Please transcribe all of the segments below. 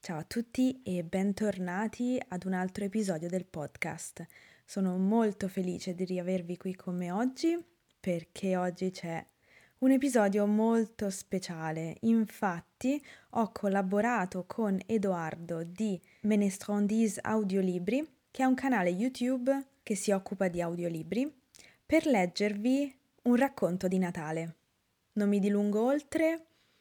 Ciao a tutti e bentornati ad un altro episodio del podcast. Sono molto felice di riavervi qui con me oggi perché oggi c'è un episodio molto speciale. Infatti ho collaborato con Edoardo di Menestrandise Audiolibri, che è un canale YouTube che si occupa di audiolibri, per leggervi un racconto di Natale. Non mi dilungo oltre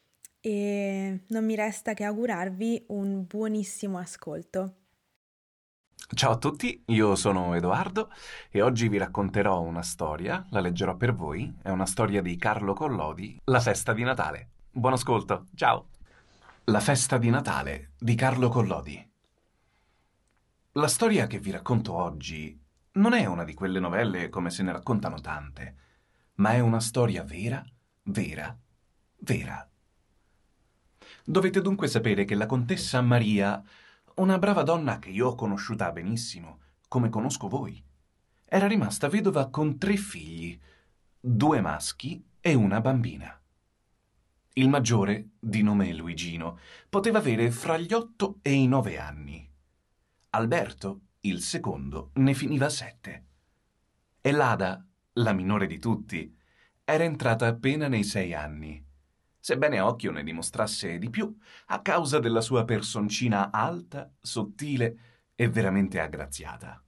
e non mi resta che augurarvi un buonissimo ascolto. Ciao a tutti, io sono Edoardo e oggi vi racconterò una storia, la leggerò per voi, è una storia di Carlo Collodi, La festa di Natale. Buon ascolto, ciao! La festa di Natale di Carlo Collodi. La storia che vi racconto oggi non è una di quelle novelle come se ne raccontano tante, ma è una storia vera, vera, vera. Dovete dunque sapere che la contessa Maria, una brava donna che io ho conosciuta benissimo, come conosco voi, era rimasta vedova con 3 figli, 2 maschi e una bambina. Il maggiore, di nome Luigino, poteva avere fra gli 8 e i 9 anni. Alberto, il secondo, ne finiva 7. E l'Ada, la minore di tutti, era entrata appena nei 6 anni, sebbene a occhio ne dimostrasse di più a causa della sua personcina alta, sottile e veramente aggraziata.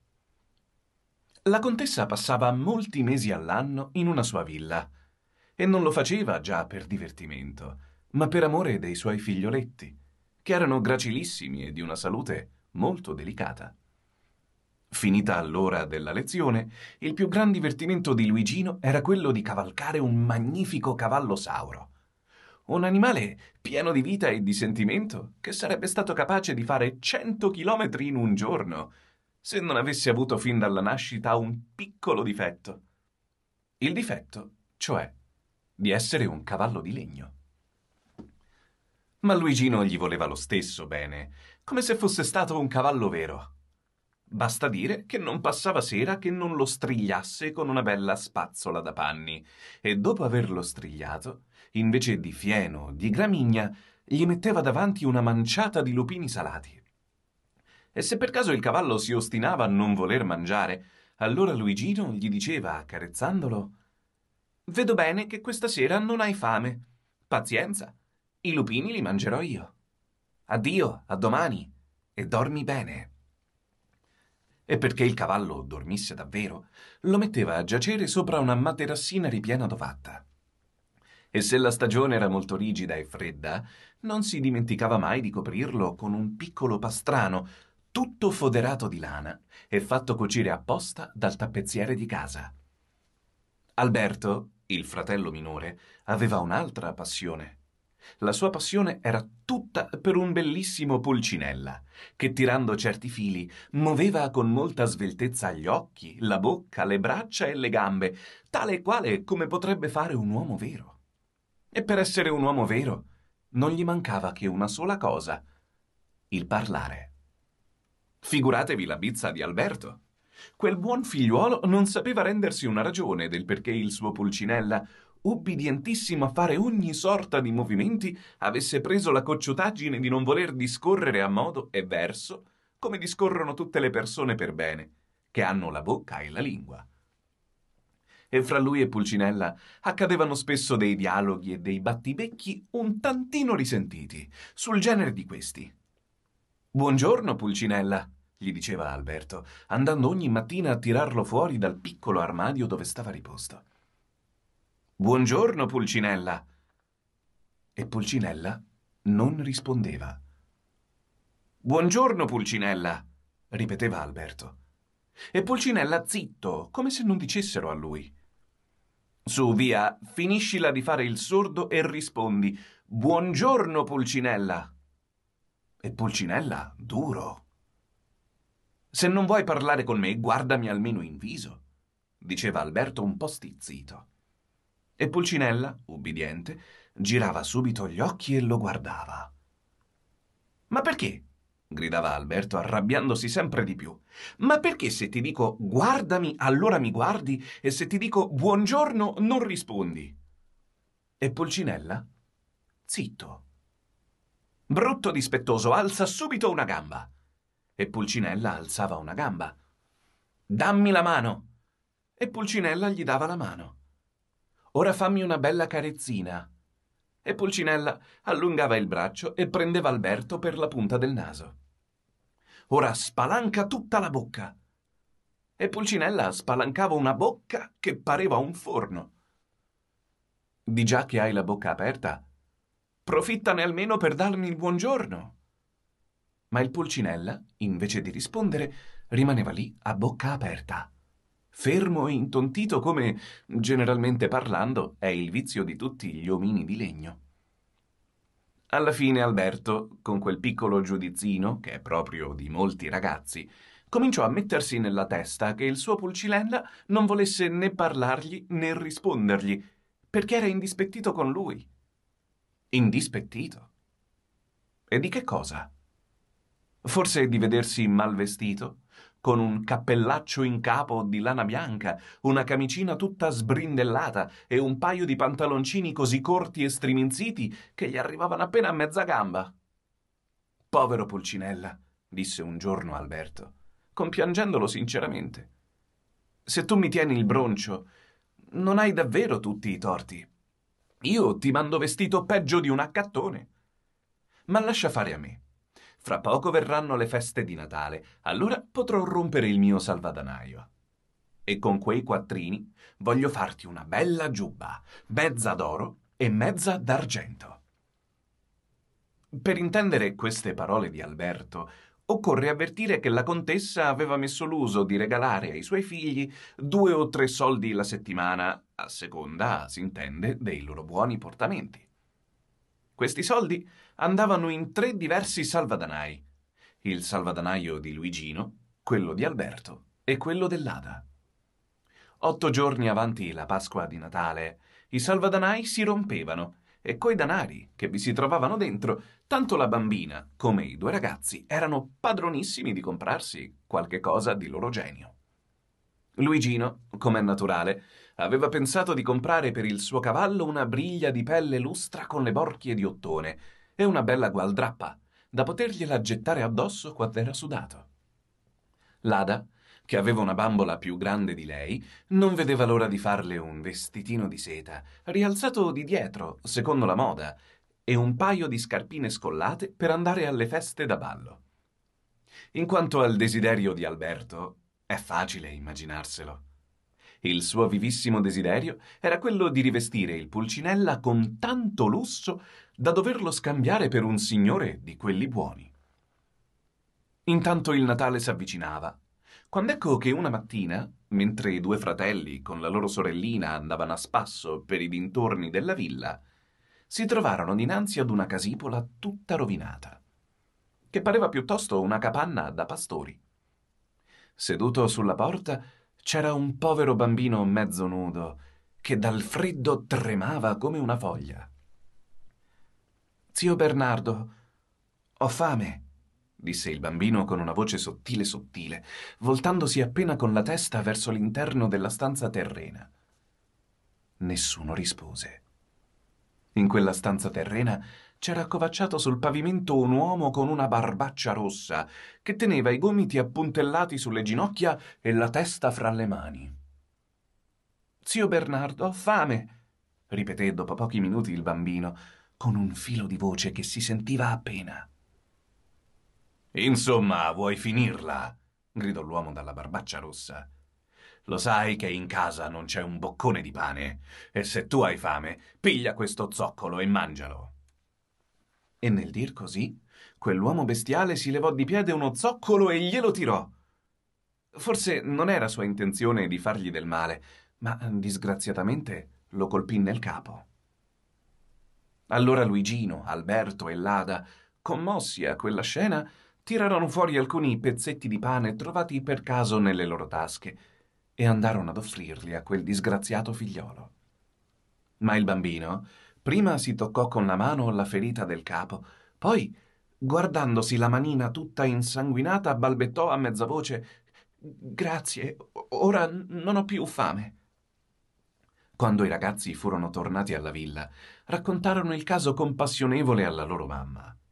La contessa passava molti mesi all'anno in una sua villa e non lo faceva già per divertimento, ma per amore dei suoi figlioletti, che erano gracilissimi e di una salute molto delicata. Finita l'ora della lezione, il più gran divertimento di Luigino era quello di cavalcare un magnifico cavallo sauro. Un animale pieno di vita e di sentimento che sarebbe stato capace di fare 100 chilometri in un giorno se non avesse avuto fin dalla nascita un piccolo difetto. Il difetto, cioè, di essere un cavallo di legno. Ma Luigino gli voleva lo stesso bene, come se fosse stato un cavallo vero. Basta dire che non passava sera che non lo strigliasse con una bella spazzola da panni, e dopo averlo strigliato, invece di fieno o di gramigna, gli metteva davanti una manciata di lupini salati. E se per caso il cavallo si ostinava a non voler mangiare, allora Luigino gli diceva, accarezzandolo: «Vedo bene che questa sera non hai fame. Pazienza, i lupini li mangerò io. Addio, a domani, e dormi bene». E perché il cavallo dormisse davvero, lo metteva a giacere sopra una materassina ripiena d'ovatta. E se la stagione era molto rigida e fredda, non si dimenticava mai di coprirlo con un piccolo pastrano, tutto foderato di lana e fatto cucire apposta dal tappezziere di casa. Alberto, il fratello minore, aveva un'altra passione. La sua passione era tutta per un bellissimo Pulcinella, che tirando certi fili muoveva con molta sveltezza gli occhi, la bocca, le braccia e le gambe, tale e quale come potrebbe fare un uomo vero. E per essere un uomo vero non gli mancava che una sola cosa: il parlare. Figuratevi la bizza di Alberto. Quel buon figliuolo non sapeva rendersi una ragione del perché il suo Pulcinella, ubbidientissimo a fare ogni sorta di movimenti, avesse preso la cocciutaggine di non voler discorrere a modo e verso come discorrono tutte le persone per bene, che hanno la bocca e la lingua. E fra lui e Pulcinella accadevano spesso dei dialoghi e dei battibecchi un tantino risentiti, sul genere di questi. «Buongiorno, Pulcinella», gli diceva Alberto, andando ogni mattina a tirarlo fuori dal piccolo armadio dove stava riposto. «Buongiorno, Pulcinella». E Pulcinella non rispondeva. «Buongiorno, Pulcinella», ripeteva Alberto. E Pulcinella zitto, come se non dicessero a lui. «Su, via, finiscila di fare il sordo e rispondi: Buongiorno, Pulcinella». E Pulcinella duro. «Se non vuoi parlare con me, guardami almeno in viso», diceva Alberto un po' stizzito. E Pulcinella, ubbidiente, girava subito gli occhi e lo guardava. «Ma perché?» gridava Alberto, arrabbiandosi sempre di più. «Ma perché se ti dico guardami, allora mi guardi, e se ti dico buongiorno non rispondi?» E Pulcinella? Zitto. Brutto dispettoso, alza subito una gamba. E Pulcinella alzava una gamba. Dammi la mano. E Pulcinella gli dava la mano. Ora fammi una bella carezzina. E Pulcinella allungava il braccio e prendeva Alberto per la punta del naso. Ora spalanca tutta la bocca. E Pulcinella spalancava una bocca che pareva un forno. Di già che hai la bocca aperta, profittane almeno per darmi il buongiorno. Ma il Pulcinella, invece di rispondere, rimaneva lì a bocca aperta, fermo e intontito come, generalmente parlando, è il vizio di tutti gli omini di legno. Alla fine Alberto, con quel piccolo giudizzino, che è proprio di molti ragazzi, cominciò a mettersi nella testa che il suo Pulcinella non volesse né parlargli né rispondergli, perché era indispettito con lui. Indispettito? E di che cosa? Forse di vedersi mal vestito, con un cappellaccio in capo di lana bianca, una camicina tutta sbrindellata e un paio di pantaloncini così corti e striminziti che gli arrivavano appena a mezza gamba. Povero Pulcinella, disse un giorno Alberto, compiangendolo sinceramente. Se tu mi tieni il broncio, non hai davvero tutti i torti. Io ti mando vestito peggio di un accattone. Ma lascia fare a me. Fra poco verranno le feste di Natale, allora potrò rompere il mio salvadanaio. E con quei quattrini voglio farti una bella giubba, mezza d'oro e mezza d'argento. Per intendere queste parole di Alberto, occorre avvertire che la contessa aveva messo l'uso di regalare ai suoi figli 2 o 3 soldi la settimana, a seconda, si intende, dei loro buoni portamenti. Questi soldi andavano in 3 diversi salvadanai: il salvadanaio di Luigino, quello di Alberto e quello dell'Ada. 8 giorni avanti la Pasqua di Natale, i salvadanai si rompevano e coi danari che vi si trovavano dentro, tanto la bambina come i 2 ragazzi erano padronissimi di comprarsi qualche cosa di loro genio. Luigino, com'è naturale, aveva pensato di comprare per il suo cavallo una briglia di pelle lustra con le borchie di ottone e una bella gualdrappa, da potergliela gettare addosso quando era sudato. L'Ada, che aveva una bambola più grande di lei, non vedeva l'ora di farle un vestitino di seta, rialzato di dietro, secondo la moda, e un paio di scarpine scollate per andare alle feste da ballo. In quanto al desiderio di Alberto, è facile immaginarselo. Il suo vivissimo desiderio era quello di rivestire il Pulcinella con tanto lusso da doverlo scambiare per un signore di quelli buoni. Intanto il Natale s'avvicinava, quando ecco che una mattina, mentre i 2 fratelli con la loro sorellina andavano a spasso per i dintorni della villa, si trovarono dinanzi ad una casipola tutta rovinata, che pareva piuttosto una capanna da pastori. Seduto sulla porta c'era un povero bambino mezzo nudo, che dal freddo tremava come una foglia. «Zio Bernardo, ho fame», disse il bambino con una voce sottile sottile, voltandosi appena con la testa verso l'interno della stanza terrena. Nessuno rispose. In quella stanza terrena c'era accovacciato sul pavimento un uomo con una barbaccia rossa, che teneva i gomiti appuntellati sulle ginocchia e la testa fra le mani. «Zio Bernardo, ho fame», ripeté dopo pochi minuti il bambino, con un filo di voce che si sentiva appena. «Insomma, vuoi finirla?» gridò l'uomo dalla barbaccia rossa. «Lo sai che in casa non c'è un boccone di pane, e se tu hai fame, piglia questo zoccolo e mangialo». E nel dir così, quell'uomo bestiale si levò di piede uno zoccolo e glielo tirò. Forse non era sua intenzione di fargli del male, ma disgraziatamente lo colpì nel capo. Allora Luigino, Alberto e l'Ada, commossi a quella scena, tirarono fuori alcuni pezzetti di pane trovati per caso nelle loro tasche e andarono ad offrirli a quel disgraziato figliolo. Ma il bambino prima si toccò con la mano la ferita del capo, poi, guardandosi la manina tutta insanguinata, balbettò a mezza voce: «Grazie, ora non ho più fame». Quando i ragazzi furono tornati alla villa, raccontarono il caso compassionevole alla loro mamma.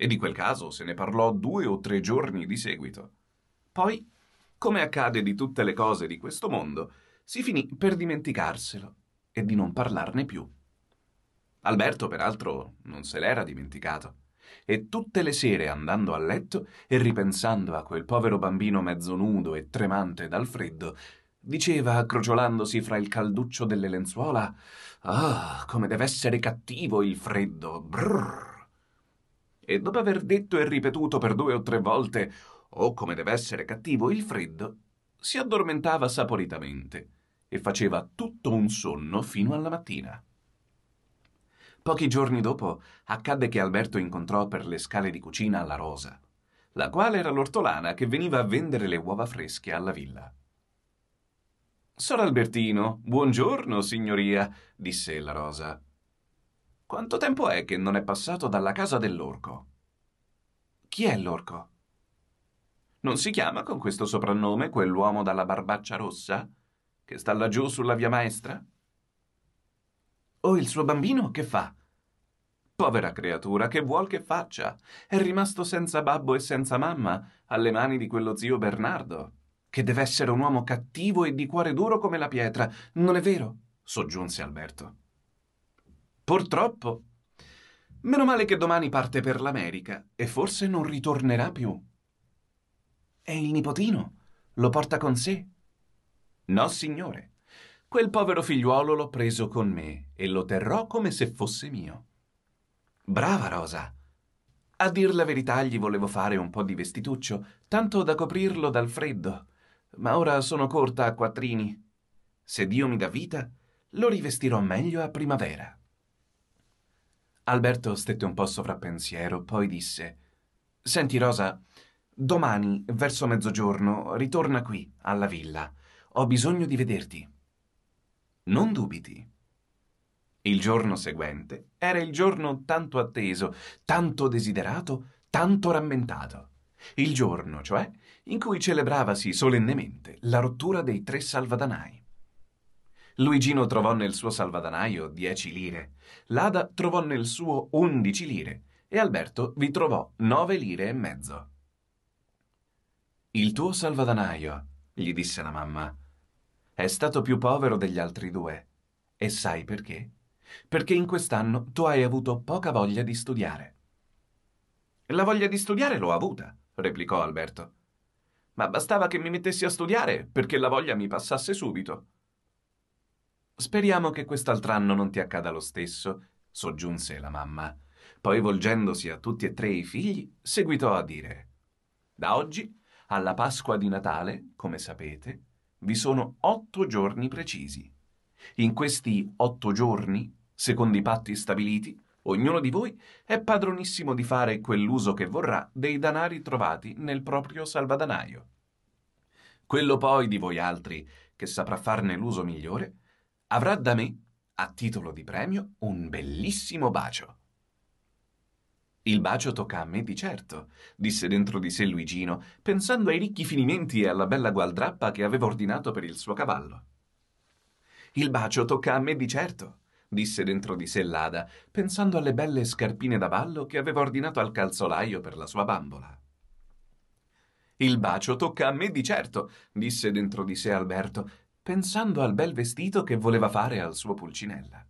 e di quel caso se ne parlò 2 o 3 giorni di seguito. Poi, come accade di tutte le cose di questo mondo, si finì per dimenticarselo e di non parlarne più. Alberto, peraltro, non se l'era dimenticato, e tutte le sere andando a letto e ripensando a quel povero bambino mezzo nudo e tremante dal freddo, diceva, crogiolandosi fra il calduccio delle lenzuola: «Ah, come deve essere cattivo il freddo! Brrr!» E dopo aver detto e ripetuto per 2 o 3 volte «Oh, come deve essere cattivo il freddo», si addormentava saporitamente e faceva tutto un sonno fino alla mattina. Pochi giorni dopo accadde che Alberto incontrò per le scale di cucina la Rosa, la quale era l'ortolana che veniva a vendere le uova fresche alla villa. «Sor Albertino, buongiorno, signoria», disse la Rosa. «Quanto tempo è che non è passato dalla casa dell'orco?» «Chi è l'orco?» «Non si chiama con questo soprannome quell'uomo dalla barbaccia rossa, che sta laggiù sulla via maestra?» «Oh, il suo bambino che fa?» «Povera creatura, che vuol che faccia? È rimasto senza babbo e senza mamma alle mani di quello zio Bernardo, che deve essere un uomo cattivo e di cuore duro come la pietra, non è vero?» soggiunse Alberto. «Purtroppo. Meno male che domani parte per l'America e forse non ritornerà più». «E il nipotino? Lo porta con sé?» «No, signore. Quel povero figliuolo l'ho preso con me e lo terrò come se fosse mio». «Brava Rosa!» «A dir la verità gli volevo fare un po' di vestituccio, tanto da coprirlo dal freddo, ma ora sono corta a quattrini. Se Dio mi dà vita, lo rivestirò meglio a primavera». Alberto stette un po' sovrappensiero, poi disse: «Senti, Rosa, domani, verso mezzogiorno, ritorna qui, alla villa. Ho bisogno di vederti». «Non dubiti». Il giorno seguente era il giorno tanto atteso, tanto desiderato, tanto rammentato. Il giorno, cioè, in cui celebravasi solennemente la rottura dei 3 salvadanai. Luigino trovò nel suo salvadanaio 10 lire, l'Ada trovò nel suo 11 lire e Alberto vi trovò 9 lire e mezzo. «Il tuo salvadanaio», gli disse la mamma, «è stato più povero degli altri 2. E sai perché? Perché in quest'anno tu hai avuto poca voglia di studiare». «La voglia di studiare l'ho avuta», replicò Alberto. «Ma bastava che mi mettessi a studiare perché la voglia mi passasse subito». «Speriamo che quest'altr'anno non ti accada lo stesso», soggiunse la mamma. Poi, volgendosi a tutti e 3 i figli, seguitò a dire: «Da oggi, alla Pasqua di Natale, come sapete, vi sono 8 giorni precisi. In questi 8 giorni, secondo i patti stabiliti, ognuno di voi è padronissimo di fare quell'uso che vorrà dei danari trovati nel proprio salvadanaio. Quello poi di voi altri che saprà farne l'uso migliore avrà da me, a titolo di premio, un bellissimo bacio». «Il bacio tocca a me di certo», disse dentro di sé Luigino, pensando ai ricchi finimenti e alla bella gualdrappa che aveva ordinato per il suo cavallo. «Il bacio tocca a me di certo», disse dentro di sé l'Ada, pensando alle belle scarpine da ballo che aveva ordinato al calzolaio per la sua bambola. «Il bacio tocca a me di certo», disse dentro di sé Alberto, pensando al bel vestito che voleva fare al suo Pulcinella.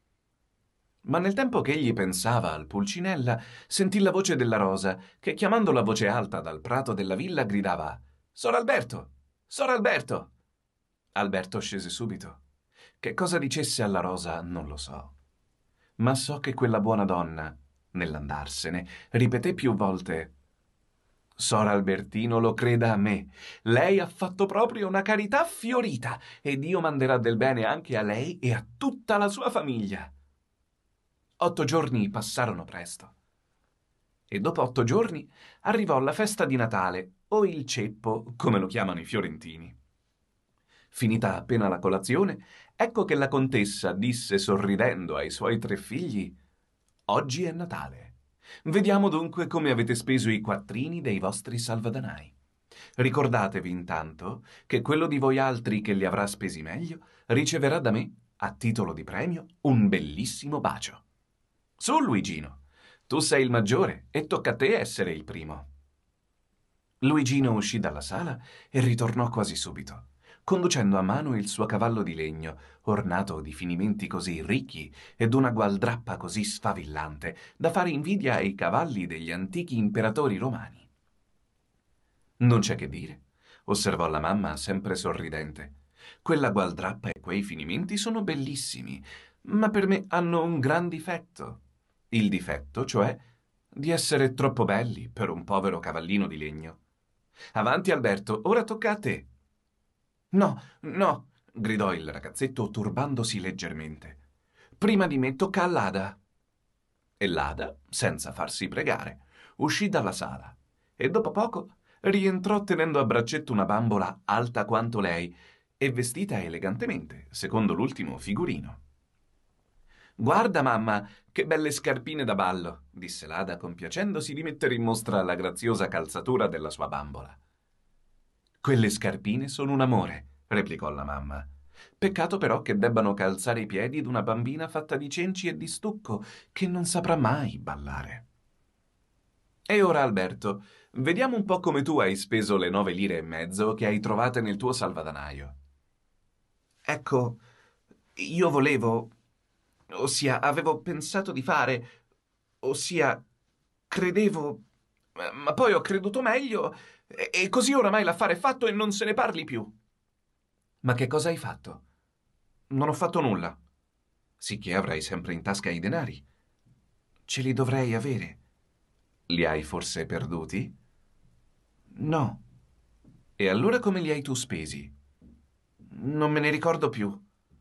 Ma nel tempo che egli pensava al Pulcinella, sentì la voce della Rosa, che chiamando la voce alta dal prato della villa gridava: «Sor Alberto! Sor Alberto!» Alberto scese subito. Che cosa dicesse alla Rosa non lo so. Ma so che quella buona donna, nell'andarsene, ripeté più volte: «Sor Albertino lo creda a me, lei ha fatto proprio una carità fiorita e Dio manderà del bene anche a lei e a tutta la sua famiglia». 8 giorni passarono presto. E dopo 8 giorni arrivò la festa di Natale, o il ceppo, come lo chiamano i fiorentini. Finita appena la colazione, ecco che la contessa disse sorridendo ai suoi 3 figli: «Oggi è Natale. Vediamo dunque come avete speso i quattrini dei vostri salvadanai. Ricordatevi intanto che quello di voi altri che li avrà spesi meglio riceverà da me, a titolo di premio, un bellissimo bacio. Su, Luigino, Tu sei il maggiore e tocca a te essere il primo. Luigino uscì dalla sala e ritornò quasi subito, conducendo a mano il suo cavallo di legno, ornato di finimenti così ricchi ed una gualdrappa così sfavillante da fare invidia ai cavalli degli antichi imperatori romani. Non c'è che dire, osservò la mamma sempre sorridente. Quella gualdrappa e quei finimenti sono bellissimi, ma per me hanno un gran difetto. Il difetto, cioè, di essere troppo belli per un povero cavallino di legno. Avanti, Alberto, ora tocca a te. No, no, gridò il ragazzetto turbandosi leggermente. Prima di me tocca all'Ada. E l'Ada, senza farsi pregare, uscì dalla sala e dopo poco rientrò tenendo a braccetto una bambola alta quanto lei e vestita elegantemente, secondo l'ultimo figurino. Guarda, mamma, che belle scarpine da ballo, disse l'Ada compiacendosi di mettere in mostra la graziosa calzatura della sua bambola. Quelle scarpine sono un amore, replicò la mamma. Peccato però che debbano calzare i piedi d'una bambina fatta di cenci e di stucco, che non saprà mai ballare. E ora, Alberto, vediamo un po' come tu hai speso le 9,5 lire che hai trovate nel tuo salvadanaio. Ecco, io volevo, ossia, avevo pensato di fare, ossia, credevo, ma poi ho creduto meglio e così oramai l'affare è fatto e non se ne parli più. Ma che cosa hai fatto? Non ho fatto nulla. Sicché avrai sempre in tasca i denari. Ce li dovrei avere. Li hai forse perduti? No. E allora come li hai tu spesi? Non me ne ricordo più.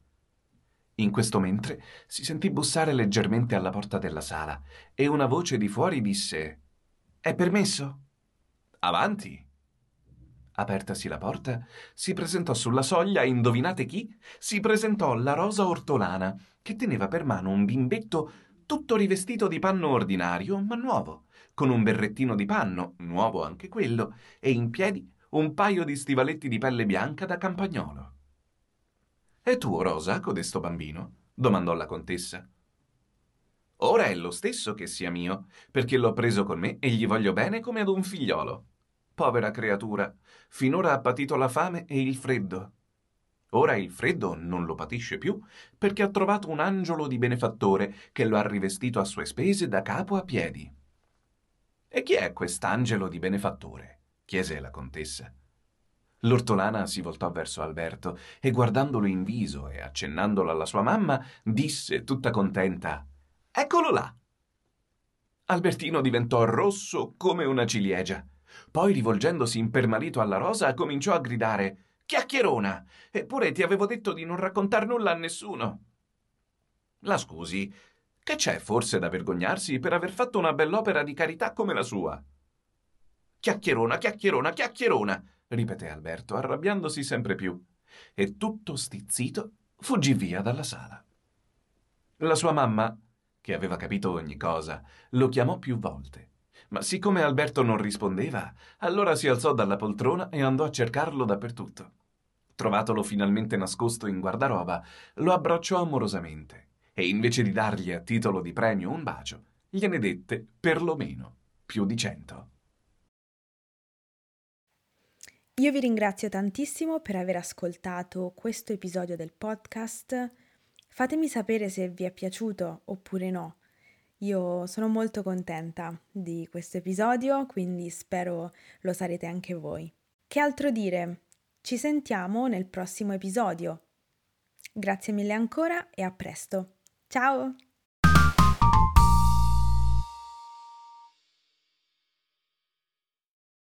In questo mentre si sentì bussare leggermente alla porta della sala e una voce di fuori disse: È permesso? Avanti. Apertasi la porta, si presentò sulla soglia, indovinate chi? Si presentò la Rosa Ortolana, che teneva per mano un bimbetto tutto rivestito di panno ordinario, ma nuovo, con un berrettino di panno, nuovo anche quello, e in piedi un paio di stivaletti di pelle bianca da campagnolo. «E tu, Rosa, codesto bambino?» domandò la contessa. «Ora è lo stesso che sia mio, perché l'ho preso con me e gli voglio bene come ad un figliolo. Povera creatura, finora ha patito la fame e il freddo. Ora il freddo non lo patisce più, perché ha trovato un angiolo di benefattore che lo ha rivestito a sue spese da capo a piedi». «E chi è quest'angelo di benefattore?» chiese la contessa. L'ortolana si voltò verso Alberto e guardandolo in viso e accennandolo alla sua mamma, disse tutta contenta: «Eccolo là!» Albertino diventò rosso come una ciliegia. Poi, rivolgendosi impermalito alla Rosa, cominciò a gridare: «Chiacchierona! Eppure ti avevo detto di non raccontar nulla a nessuno!» «La scusi, che c'è forse da vergognarsi per aver fatto una bell'opera di carità come la sua?» «Chiacchierona, chiacchierona, chiacchierona!» ripeté Alberto, arrabbiandosi sempre più, e tutto stizzito fuggì via dalla sala. La sua mamma, che aveva capito ogni cosa, lo chiamò più volte, ma siccome Alberto non rispondeva, allora si alzò dalla poltrona e andò a cercarlo dappertutto. Trovatolo finalmente nascosto in guardaroba, lo abbracciò amorosamente e invece di dargli a titolo di premio un bacio, gliene dette perlomeno più di 100. Io vi ringrazio tantissimo per aver ascoltato questo episodio del podcast. Fatemi sapere se vi è piaciuto oppure no. Io sono molto contenta di questo episodio, quindi spero lo sarete anche voi. Che altro dire? Ci sentiamo nel prossimo episodio. Grazie mille ancora e a presto. Ciao!